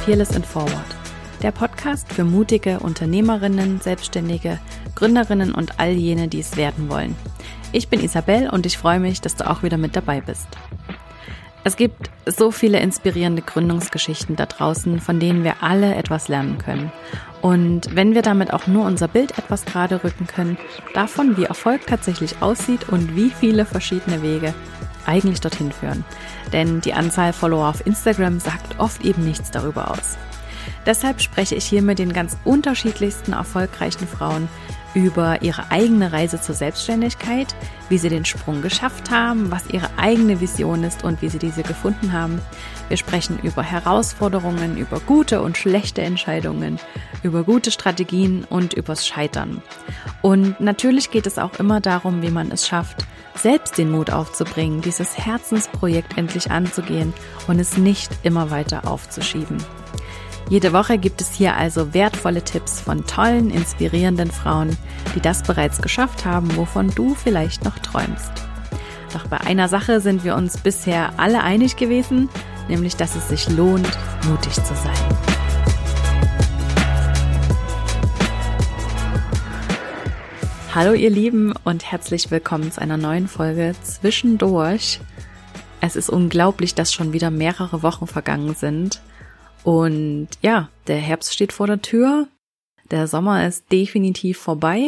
Fearless and Forward, der Podcast für mutige Unternehmerinnen, Selbstständige, Gründerinnen und all jene, die es werden wollen. Ich bin Isabel und ich freue mich, dass du auch wieder mit dabei bist. Es gibt so viele inspirierende Gründungsgeschichten da draußen, von denen wir alle etwas lernen können. Und wenn wir damit auch nur unser Bild etwas gerade rücken können, davon, wie Erfolg tatsächlich aussieht und wie viele verschiedene Wege eigentlich dorthin führen. Denn die Anzahl Follower auf Instagram sagt oft eben nichts darüber aus. Deshalb spreche ich hier mit den ganz unterschiedlichsten erfolgreichen Frauen über ihre eigene Reise zur Selbstständigkeit, wie sie den Sprung geschafft haben, was ihre eigene Vision ist und wie sie diese gefunden haben. Wir sprechen über Herausforderungen, über gute und schlechte Entscheidungen, über gute Strategien und übers Scheitern. Und natürlich geht es auch immer darum, wie man es schafft, selbst den Mut aufzubringen, dieses Herzensprojekt endlich anzugehen und es nicht immer weiter aufzuschieben. Jede Woche gibt es hier also wertvolle Tipps von tollen, inspirierenden Frauen, die das bereits geschafft haben, wovon du vielleicht noch träumst. Doch bei einer Sache sind wir uns bisher alle einig gewesen, nämlich dass es sich lohnt, mutig zu sein. Hallo ihr Lieben und herzlich willkommen zu einer neuen Folge Zwischendurch. Es ist unglaublich, dass schon wieder mehrere Wochen vergangen sind. Und ja, der Herbst steht vor der Tür, der Sommer ist definitiv vorbei.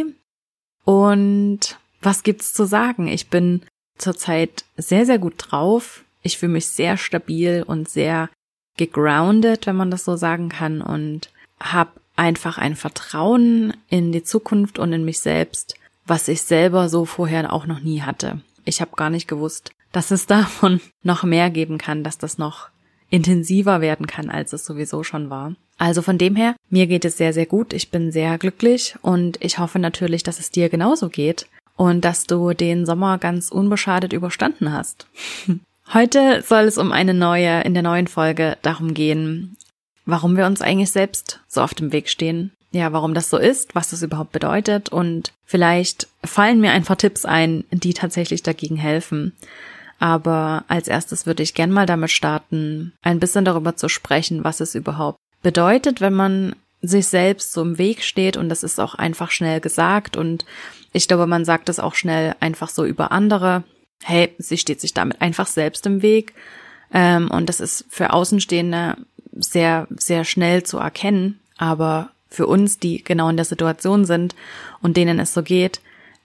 Und was gibt's zu sagen? Ich bin zurzeit sehr, sehr gut drauf. Ich fühle mich sehr stabil und sehr gegroundet, wenn man das so sagen kann. Und habe einfach ein Vertrauen in die Zukunft und in mich selbst, was ich selber so vorher auch noch nie hatte. Ich habe gar nicht gewusst, dass es davon noch mehr geben kann, dass das noch intensiver werden kann, als es sowieso schon war. Also von dem her, mir geht es sehr, sehr gut. Ich bin sehr glücklich und ich hoffe natürlich, dass es dir genauso geht und dass du den Sommer ganz unbeschadet überstanden hast. Heute soll es in der neuen Folge darum gehen, warum wir uns eigentlich selbst so auf dem Weg stehen. Ja, warum das so ist, was das überhaupt bedeutet und vielleicht fallen mir einfach Tipps ein, die tatsächlich dagegen helfen. Aber als erstes würde ich gern mal damit starten, ein bisschen darüber zu sprechen, was es überhaupt bedeutet, wenn man sich selbst so im Weg steht. Und das ist auch einfach schnell gesagt. Und ich glaube, man sagt es auch schnell einfach so über andere. Hey, sie steht sich damit einfach selbst im Weg. Und das ist für Außenstehende sehr, sehr schnell zu erkennen. Aber für uns, die genau in der Situation sind und denen es so geht,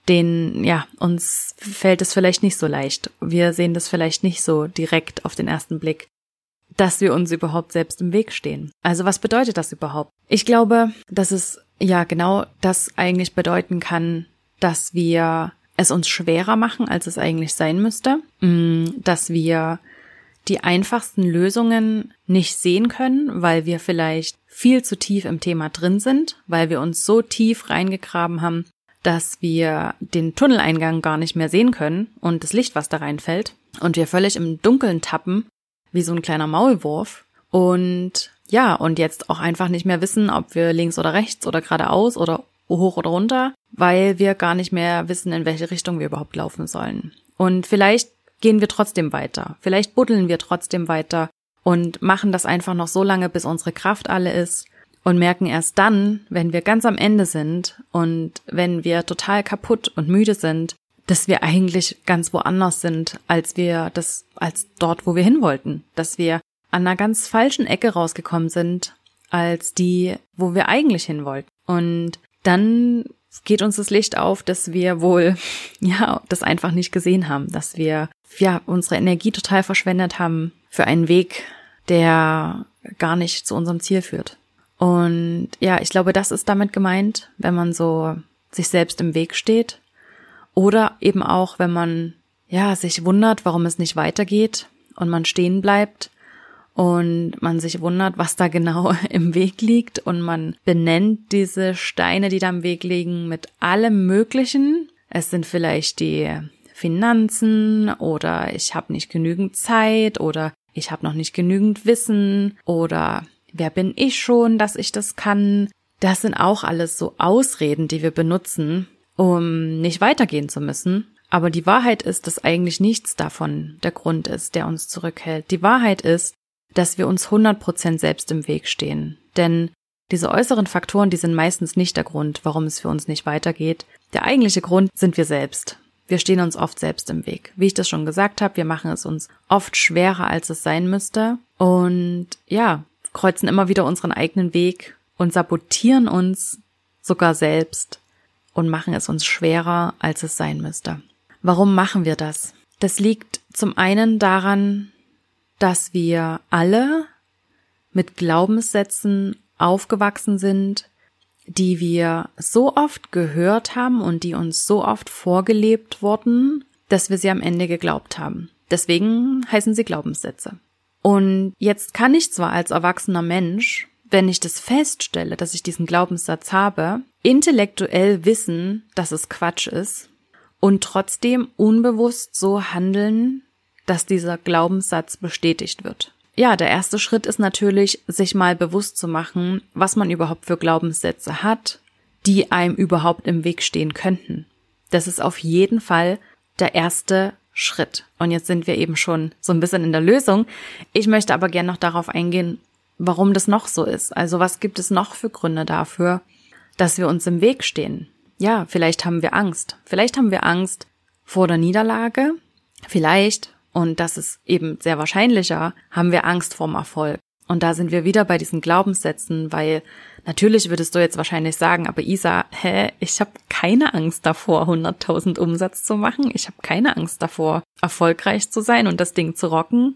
uns fällt es vielleicht nicht so leicht. Wir sehen das vielleicht nicht so direkt auf den ersten Blick, dass wir uns überhaupt selbst im Weg stehen. Also was bedeutet das überhaupt? Ich glaube, dass es ja genau das eigentlich bedeuten kann, dass wir es uns schwerer machen, als es eigentlich sein müsste, dass wir die einfachsten Lösungen nicht sehen können, weil wir vielleicht viel zu tief im Thema drin sind, weil wir uns so tief reingegraben haben, dass wir den Tunneleingang gar nicht mehr sehen können und das Licht, was da reinfällt, und wir völlig im Dunkeln tappen, wie so ein kleiner Maulwurf und jetzt auch einfach nicht mehr wissen, ob wir links oder rechts oder geradeaus oder hoch oder runter, weil wir gar nicht mehr wissen, in welche Richtung wir überhaupt laufen sollen. Und vielleicht gehen wir trotzdem weiter, vielleicht buddeln wir trotzdem weiter und machen das einfach noch so lange, bis unsere Kraft alle ist, und merken erst dann, wenn wir ganz am Ende sind und wenn wir total kaputt und müde sind, dass wir eigentlich ganz woanders sind, als dort, wo wir hin wollten. Dass wir an einer ganz falschen Ecke rausgekommen sind, als die, wo wir eigentlich hin wollten. Und dann geht uns das Licht auf, dass wir wohl, das einfach nicht gesehen haben, dass wir, unsere Energie total verschwendet haben für einen Weg, der gar nicht zu unserem Ziel führt. Und ich glaube, das ist damit gemeint, wenn man so sich selbst im Weg steht. Oder eben auch, wenn man sich wundert, warum es nicht weitergeht und man stehen bleibt und man sich wundert, was da genau im Weg liegt, und man benennt diese Steine, die da im Weg liegen, mit allem Möglichen. Es sind vielleicht die Finanzen oder ich habe nicht genügend Zeit oder ich habe noch nicht genügend Wissen oder wer bin ich schon, dass ich das kann? Das sind auch alles so Ausreden, die wir benutzen, um nicht weitergehen zu müssen. Aber die Wahrheit ist, dass eigentlich nichts davon der Grund ist, der uns zurückhält. Die Wahrheit ist, dass wir uns 100% selbst im Weg stehen. Denn diese äußeren Faktoren, die sind meistens nicht der Grund, warum es für uns nicht weitergeht. Der eigentliche Grund sind wir selbst. Wir stehen uns oft selbst im Weg. Wie ich das schon gesagt habe, wir machen es uns oft schwerer, als es sein müsste. Und ja, kreuzen immer wieder unseren eigenen Weg und sabotieren uns sogar selbst und machen es uns schwerer, als es sein müsste. Warum machen wir das? Das liegt zum einen daran, dass wir alle mit Glaubenssätzen aufgewachsen sind, die wir so oft gehört haben und die uns so oft vorgelebt wurden, dass wir sie am Ende geglaubt haben. Deswegen heißen sie Glaubenssätze. Und jetzt kann ich zwar als erwachsener Mensch, wenn ich das feststelle, dass ich diesen Glaubenssatz habe, intellektuell wissen, dass es Quatsch ist und trotzdem unbewusst so handeln, dass dieser Glaubenssatz bestätigt wird. Ja, der erste Schritt ist natürlich, sich mal bewusst zu machen, was man überhaupt für Glaubenssätze hat, die einem überhaupt im Weg stehen könnten. Das ist auf jeden Fall der erste Schritt. Und jetzt sind wir eben schon so ein bisschen in der Lösung. Ich möchte aber gerne noch darauf eingehen, warum das noch so ist. Also was gibt es noch für Gründe dafür, dass wir uns im Weg stehen? Ja, vielleicht haben wir Angst. Vielleicht haben wir Angst vor der Niederlage. Vielleicht, und das ist eben sehr wahrscheinlicher, haben wir Angst vorm Erfolg. Und da sind wir wieder bei diesen Glaubenssätzen, weil natürlich würdest du jetzt wahrscheinlich sagen, aber Isa, ich habe keine Angst davor, 100.000 Umsatz zu machen. Ich habe keine Angst davor, erfolgreich zu sein und das Ding zu rocken.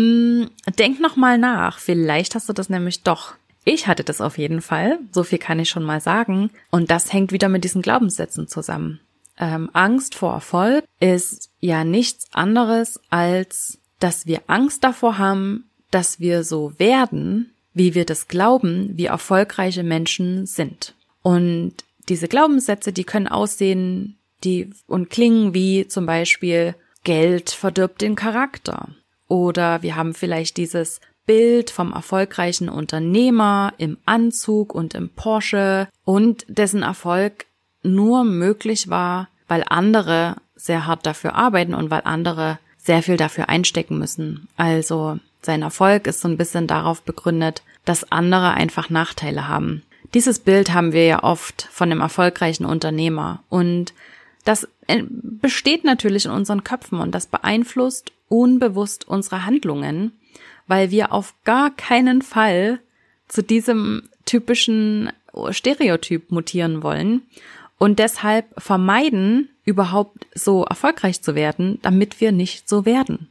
Denk noch mal nach. Vielleicht hast du das nämlich doch. Ich hatte das auf jeden Fall. So viel kann ich schon mal sagen. Und das hängt wieder mit diesen Glaubenssätzen zusammen. Angst vor Erfolg ist ja nichts anderes, als dass wir Angst davor haben, dass wir so werden, wie wir das glauben, wie erfolgreiche Menschen sind. Und diese Glaubenssätze, die können aussehen, und klingen wie zum Beispiel Geld verdirbt den Charakter. Oder wir haben vielleicht dieses Bild vom erfolgreichen Unternehmer im Anzug und im Porsche und dessen Erfolg nur möglich war, weil andere sehr hart dafür arbeiten und weil andere sehr viel dafür einstecken müssen. Also sein Erfolg ist so ein bisschen darauf begründet, dass andere einfach Nachteile haben. Dieses Bild haben wir ja oft von dem erfolgreichen Unternehmer und das besteht natürlich in unseren Köpfen und das beeinflusst unbewusst unsere Handlungen, weil wir auf gar keinen Fall zu diesem typischen Stereotyp mutieren wollen und deshalb vermeiden, überhaupt so erfolgreich zu werden, damit wir nicht so werden.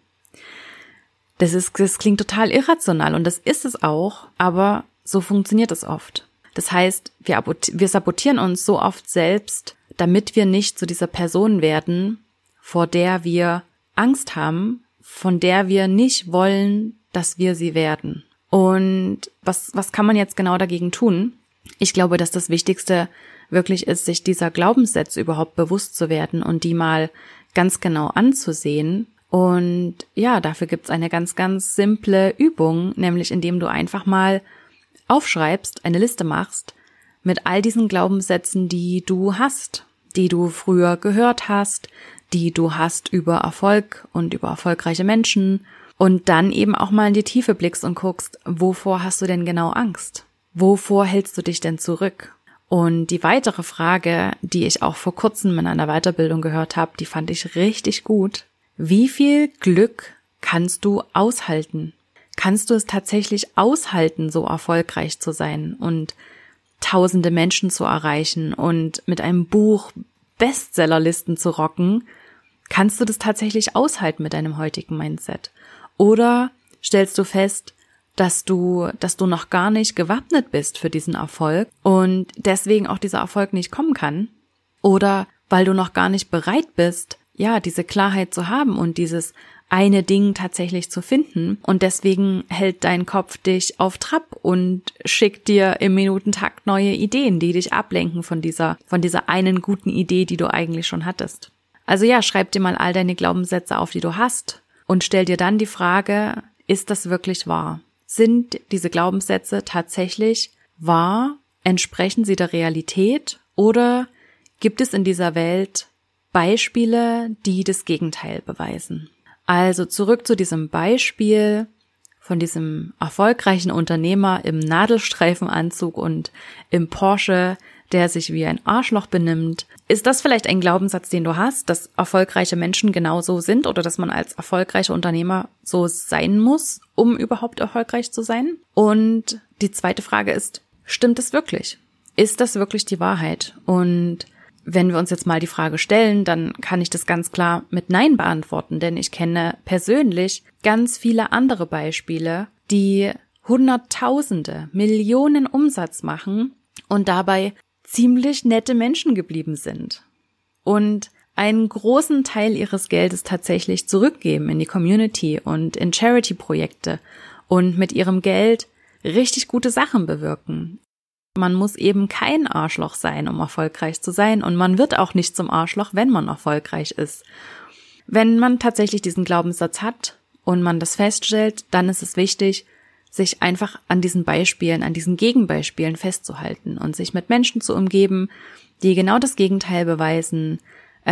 Das klingt total irrational und das ist es auch, aber so funktioniert es oft. Das heißt, wir sabotieren uns so oft selbst, damit wir nicht zu dieser Person werden, vor der wir Angst haben, von der wir nicht wollen, dass wir sie werden. Und was kann man jetzt genau dagegen tun? Ich glaube, dass das Wichtigste wirklich ist, sich dieser Glaubenssätze überhaupt bewusst zu werden und die mal ganz genau anzusehen. Und ja, dafür gibt's eine ganz, ganz simple Übung, nämlich indem du einfach mal aufschreibst, eine Liste machst mit all diesen Glaubenssätzen, die du hast, die du früher gehört hast, die du hast über Erfolg und über erfolgreiche Menschen und dann eben auch mal in die Tiefe blickst und guckst, wovor hast du denn genau Angst? Wovor hältst du dich denn zurück? Und die weitere Frage, die ich auch vor kurzem in einer Weiterbildung gehört habe, die fand ich richtig gut. Wie viel Glück kannst du aushalten? Kannst du es tatsächlich aushalten, so erfolgreich zu sein und tausende Menschen zu erreichen und mit einem Buch Bestsellerlisten zu rocken? Kannst du das tatsächlich aushalten mit deinem heutigen Mindset? Oder stellst du fest, dass du noch gar nicht gewappnet bist für diesen Erfolg und deswegen auch dieser Erfolg nicht kommen kann? Oder weil du noch gar nicht bereit bist, ja, diese Klarheit zu haben und dieses eine Ding tatsächlich zu finden und deswegen hält dein Kopf dich auf Trab und schickt dir im Minutentakt neue Ideen, die dich ablenken von dieser einen guten Idee, die du eigentlich schon hattest. Also ja, schreib dir mal all deine Glaubenssätze auf, die du hast und stell dir dann die Frage, ist das wirklich wahr? Sind diese Glaubenssätze tatsächlich wahr? Entsprechen sie der Realität? Oder gibt es in dieser Welt Beispiele, die das Gegenteil beweisen? Also zurück zu diesem Beispiel von diesem erfolgreichen Unternehmer im Nadelstreifenanzug und im Porsche, der sich wie ein Arschloch benimmt. Ist das vielleicht ein Glaubenssatz, den du hast, dass erfolgreiche Menschen genau so sind oder dass man als erfolgreicher Unternehmer so sein muss, um überhaupt erfolgreich zu sein? Und die zweite Frage ist, stimmt es wirklich? Ist das wirklich die Wahrheit? Und wenn wir uns jetzt mal die Frage stellen, dann kann ich das ganz klar mit Nein beantworten, denn ich kenne persönlich ganz viele andere Beispiele, die Hunderttausende, Millionen Umsatz machen und dabei ziemlich nette Menschen geblieben sind und einen großen Teil ihres Geldes tatsächlich zurückgeben in die Community und in Charity-Projekte und mit ihrem Geld richtig gute Sachen bewirken. Man muss eben kein Arschloch sein, um erfolgreich zu sein, und man wird auch nicht zum Arschloch, wenn man erfolgreich ist. Wenn man tatsächlich diesen Glaubenssatz hat und man das feststellt, dann ist es wichtig, sich einfach an diesen Beispielen, an diesen Gegenbeispielen festzuhalten und sich mit Menschen zu umgeben, die genau das Gegenteil beweisen,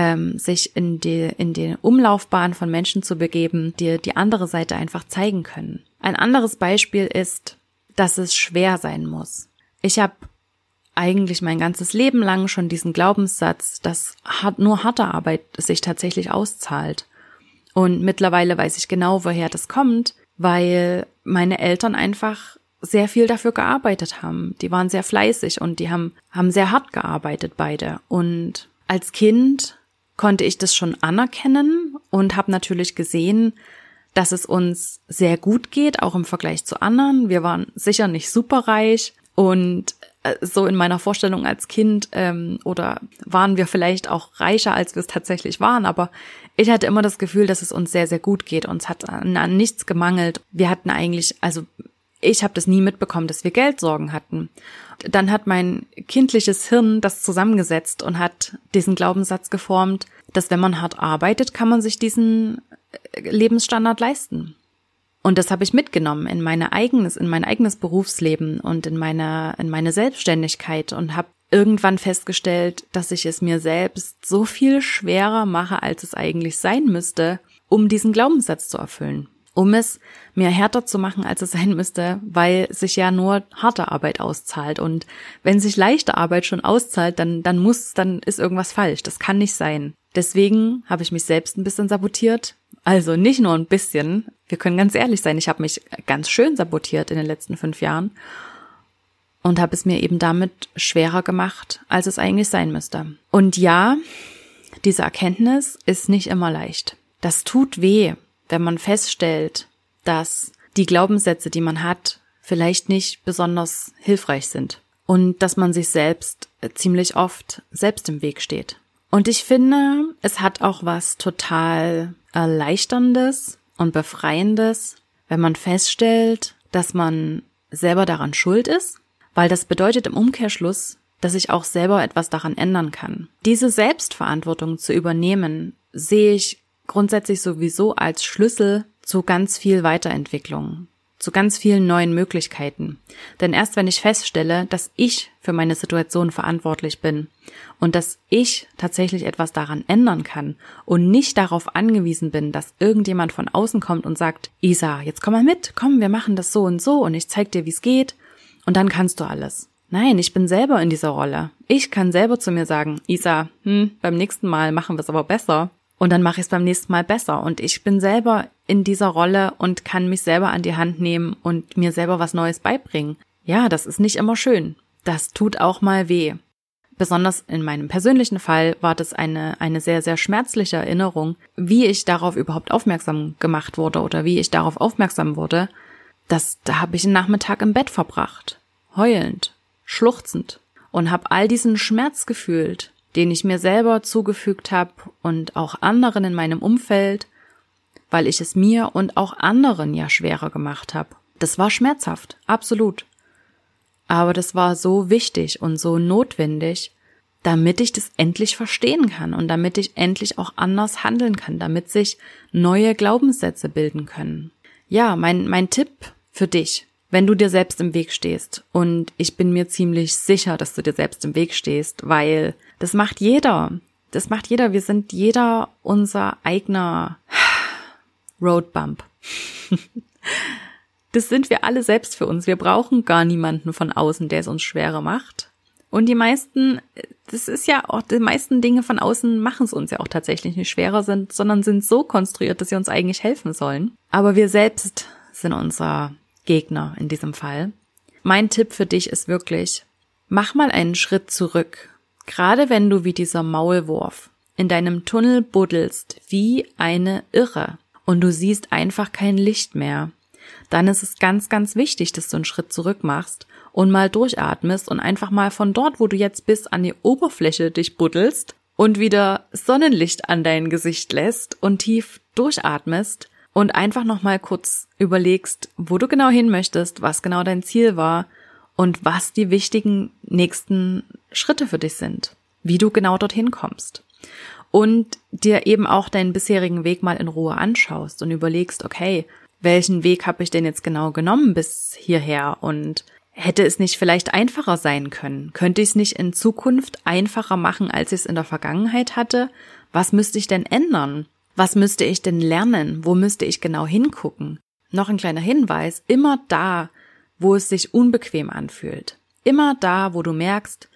sich in die Umlaufbahn von Menschen zu begeben, die die andere Seite einfach zeigen können. Ein anderes Beispiel ist, dass es schwer sein muss. Ich habe eigentlich mein ganzes Leben lang schon diesen Glaubenssatz, dass nur harte Arbeit sich tatsächlich auszahlt. Und mittlerweile weiß ich genau, woher das kommt, weil meine Eltern einfach sehr viel dafür gearbeitet haben. Die waren sehr fleißig und die haben sehr hart gearbeitet, beide. Und als Kind konnte ich das schon anerkennen und habe natürlich gesehen, dass es uns sehr gut geht, auch im Vergleich zu anderen. Wir waren sicher nicht superreich und so in meiner Vorstellung als Kind oder waren wir vielleicht auch reicher, als wir es tatsächlich waren, aber ich hatte immer das Gefühl, dass es uns sehr, sehr gut geht. Uns hat an nichts gemangelt. Wir hatten eigentlich, also ich habe das nie mitbekommen, dass wir Geldsorgen hatten. Dann hat mein kindliches Hirn das zusammengesetzt und hat diesen Glaubenssatz geformt, dass wenn man hart arbeitet, kann man sich diesen Lebensstandard leisten. Und das habe ich mitgenommen in mein eigenes Berufsleben und in meine Selbstständigkeit und habe irgendwann festgestellt, dass ich es mir selbst so viel schwerer mache, als es eigentlich sein müsste, um diesen Glaubenssatz zu erfüllen. Um es mir härter zu machen, als es sein müsste, weil sich ja nur harte Arbeit auszahlt. Und wenn sich leichte Arbeit schon auszahlt, dann ist irgendwas falsch. Das kann nicht sein. Deswegen habe ich mich selbst ein bisschen sabotiert. Also nicht nur ein bisschen. Wir können ganz ehrlich sein, ich habe mich ganz schön sabotiert in den letzten 5 Jahren und habe es mir eben damit schwerer gemacht, als es eigentlich sein müsste. Und ja, diese Erkenntnis ist nicht immer leicht. Das tut weh, wenn man feststellt, dass die Glaubenssätze, die man hat, vielleicht nicht besonders hilfreich sind und dass man sich selbst ziemlich oft selbst im Weg steht. Und ich finde, es hat auch was total Erleichterndes und Befreiendes, wenn man feststellt, dass man selber daran schuld ist, weil das bedeutet im Umkehrschluss, dass ich auch selber etwas daran ändern kann. Diese Selbstverantwortung zu übernehmen, sehe ich grundsätzlich sowieso als Schlüssel zu ganz viel Weiterentwicklung, zu ganz vielen neuen Möglichkeiten. Denn erst wenn ich feststelle, dass ich für meine Situation verantwortlich bin und dass ich tatsächlich etwas daran ändern kann und nicht darauf angewiesen bin, dass irgendjemand von außen kommt und sagt, Isa, jetzt komm mal mit, komm, wir machen das so und ich zeig dir, wie es geht und dann kannst du alles. Nein, ich bin selber in dieser Rolle. Ich kann selber zu mir sagen, Isa, beim nächsten Mal machen wir es aber besser. Und dann mache ich es beim nächsten Mal besser. Und ich bin selber in dieser Rolle und kann mich selber an die Hand nehmen und mir selber was Neues beibringen. Ja, das ist nicht immer schön. Das tut auch mal weh. Besonders in meinem persönlichen Fall war das eine sehr, sehr schmerzliche Erinnerung, wie ich darauf überhaupt aufmerksam gemacht wurde oder wie ich darauf aufmerksam wurde. Da habe ich einen Nachmittag im Bett verbracht, heulend, schluchzend und habe all diesen Schmerz gefühlt, den ich mir selber zugefügt habe und auch anderen in meinem Umfeld, weil ich es mir und auch anderen ja schwerer gemacht habe. Das war schmerzhaft, absolut. Aber das war so wichtig und so notwendig, damit ich das endlich verstehen kann und damit ich endlich auch anders handeln kann, damit sich neue Glaubenssätze bilden können. Ja, mein Tipp für dich, wenn du dir selbst im Weg stehst, und ich bin mir ziemlich sicher, dass du dir selbst im Weg stehst, weil das macht jeder. Das macht jeder. Wir sind jeder unser eigener Roadbump. Das sind wir alle selbst für uns. Wir brauchen gar niemanden von außen, der es uns schwerer macht. Und die meisten Dinge von außen machen es uns ja auch tatsächlich nicht schwerer, sondern sind so konstruiert, dass sie uns eigentlich helfen sollen. Aber wir selbst sind unser Gegner in diesem Fall. Mein Tipp für dich ist wirklich, mach mal einen Schritt zurück. Gerade wenn du wie dieser Maulwurf in deinem Tunnel buddelst, wie eine Irre, und du siehst einfach kein Licht mehr, dann ist es ganz, ganz wichtig, dass du einen Schritt zurück machst und mal durchatmest und einfach mal von dort, wo du jetzt bist, an die Oberfläche dich buddelst und wieder Sonnenlicht an dein Gesicht lässt und tief durchatmest und einfach nochmal kurz überlegst, wo du genau hin möchtest, was genau dein Ziel war und was die wichtigen nächsten Schritte für dich sind, wie du genau dorthin kommst. Und dir eben auch deinen bisherigen Weg mal in Ruhe anschaust und überlegst, okay, welchen Weg habe ich denn jetzt genau genommen bis hierher und hätte es nicht vielleicht einfacher sein können? Könnte ich es nicht in Zukunft einfacher machen, als ich es in der Vergangenheit hatte? Was müsste ich denn ändern? Was müsste ich denn lernen? Wo müsste ich genau hingucken? Noch ein kleiner Hinweis, immer da, wo es sich unbequem anfühlt. Immer da, wo du merkst,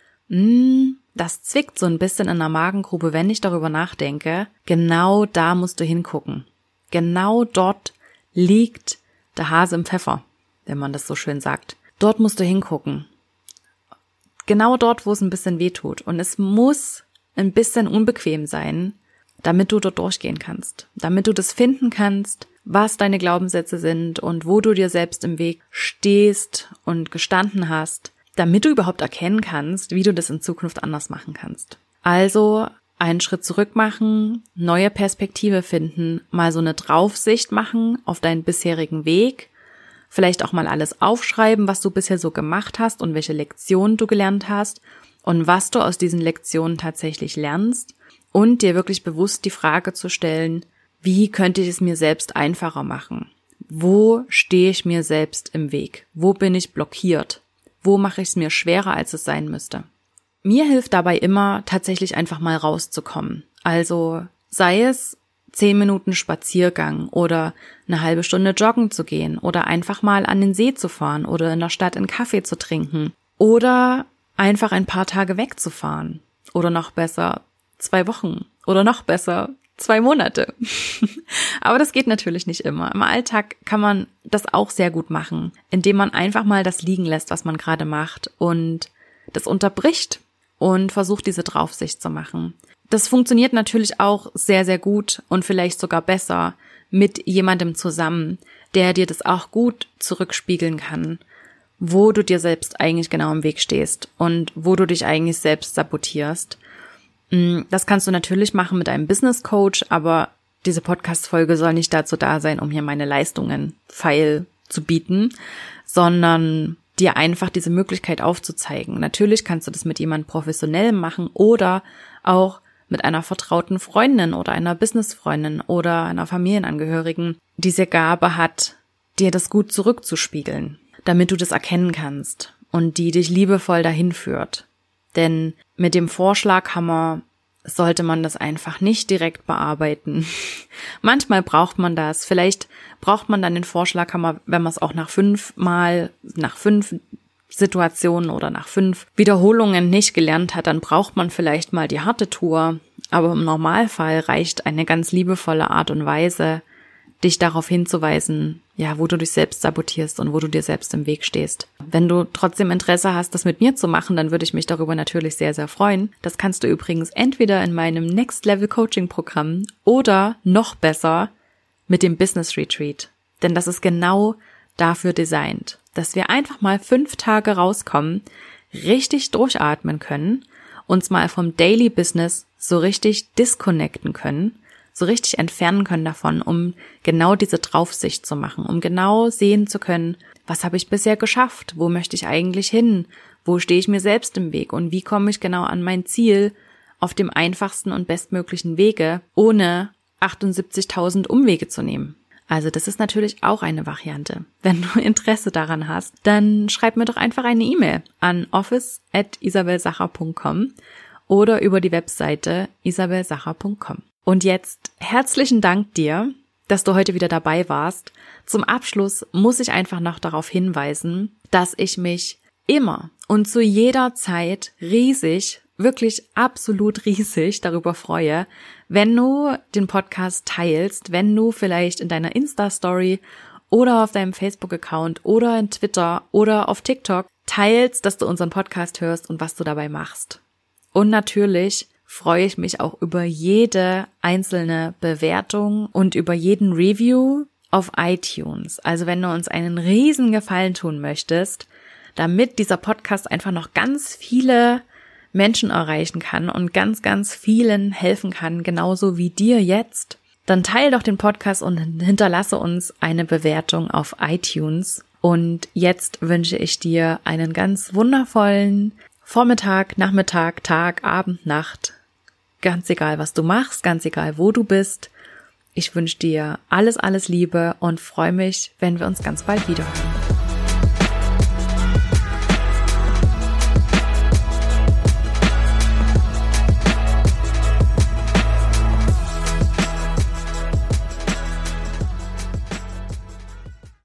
das zwickt so ein bisschen in der Magengrube, wenn ich darüber nachdenke, genau da musst du hingucken. Genau dort liegt der Hase im Pfeffer, wenn man das so schön sagt. Dort musst du hingucken. Genau dort, wo es ein bisschen weh tut. Und es muss ein bisschen unbequem sein, damit du dort durchgehen kannst. Damit du das finden kannst, was deine Glaubenssätze sind und wo du dir selbst im Weg stehst und gestanden hast, damit du überhaupt erkennen kannst, wie du das in Zukunft anders machen kannst. Also einen Schritt zurück machen, neue Perspektive finden, mal so eine Draufsicht machen auf deinen bisherigen Weg, vielleicht auch mal alles aufschreiben, was du bisher so gemacht hast und welche Lektionen du gelernt hast und was du aus diesen Lektionen tatsächlich lernst und dir wirklich bewusst die Frage zu stellen, wie könnte ich es mir selbst einfacher machen? Wo stehe ich mir selbst im Weg? Wo bin ich blockiert? Wo mache ich es mir schwerer, als es sein müsste? Mir hilft dabei immer, tatsächlich einfach mal rauszukommen. Also sei es 10 Minuten Spaziergang oder eine halbe Stunde joggen zu gehen oder einfach mal an den See zu fahren oder in der Stadt einen Kaffee zu trinken oder einfach ein paar Tage wegzufahren oder noch besser 2 Wochen oder noch besser 2 Monate. Aber das geht natürlich nicht immer. Im Alltag kann man das auch sehr gut machen, indem man einfach mal das liegen lässt, was man gerade macht und das unterbricht und versucht, diese Draufsicht zu machen. Das funktioniert natürlich auch sehr, sehr gut und vielleicht sogar besser mit jemandem zusammen, der dir das auch gut zurückspiegeln kann, wo du dir selbst eigentlich genau im Weg stehst und wo du dich eigentlich selbst sabotierst. Das kannst du natürlich machen mit einem Business Coach, aber diese Podcast-Folge soll nicht dazu da sein, um hier meine Leistungen feil zu bieten, sondern dir einfach diese Möglichkeit aufzuzeigen. Natürlich kannst du das mit jemandem professionell machen oder auch mit einer vertrauten Freundin oder einer Businessfreundin oder einer Familienangehörigen, die diese Gabe hat, dir das gut zurückzuspiegeln, damit du das erkennen kannst und die dich liebevoll dahin führt. Denn mit dem Vorschlaghammer sollte man das einfach nicht direkt bearbeiten. Manchmal braucht man das. Vielleicht braucht man dann den Vorschlaghammer, wenn man es auch nach 5 Situationen oder nach 5 Wiederholungen nicht gelernt hat, dann braucht man vielleicht mal die harte Tour. Aber im Normalfall reicht eine ganz liebevolle Art und Weise, dich darauf hinzuweisen, ja, wo du dich selbst sabotierst und wo du dir selbst im Weg stehst. Wenn du trotzdem Interesse hast, das mit mir zu machen, dann würde ich mich darüber natürlich sehr, sehr freuen. Das kannst du übrigens entweder in meinem Next Level Coaching Programm oder noch besser mit dem Business Retreat. Denn das ist genau dafür designt, dass wir einfach mal 5 Tage rauskommen, richtig durchatmen können, uns mal vom Daily Business so richtig disconnecten können, so richtig entfernen können davon, um genau diese Draufsicht zu machen, um genau sehen zu können, was habe ich bisher geschafft, wo möchte ich eigentlich hin, wo stehe ich mir selbst im Weg und wie komme ich genau an mein Ziel auf dem einfachsten und bestmöglichen Wege, ohne 78.000 Umwege zu nehmen. Also das ist natürlich auch eine Variante. Wenn du Interesse daran hast, dann schreib mir doch einfach eine E-Mail an office@isabelsacher.com oder über die Webseite isabelsacher.com. Und jetzt herzlichen Dank dir, dass du heute wieder dabei warst. Zum Abschluss muss ich einfach noch darauf hinweisen, dass ich mich immer und zu jeder Zeit riesig, wirklich absolut riesig darüber freue, wenn du den Podcast teilst, wenn du vielleicht in deiner Insta-Story oder auf deinem Facebook-Account oder in Twitter oder auf TikTok teilst, dass du unseren Podcast hörst und was du dabei machst. Und natürlich freue ich mich auch über jede einzelne Bewertung und über jeden Review auf iTunes. Also wenn du uns einen riesen Gefallen tun möchtest, damit dieser Podcast einfach noch ganz viele Menschen erreichen kann und ganz, ganz vielen helfen kann, genauso wie dir jetzt, dann teile doch den Podcast und hinterlasse uns eine Bewertung auf iTunes. Und jetzt wünsche ich dir einen ganz wundervollen Vormittag, Nachmittag, Tag, Abend, Nacht. Ganz egal, was du machst, ganz egal, wo du bist. Ich wünsche dir alles, alles Liebe und freue mich, wenn wir uns ganz bald wiederhören.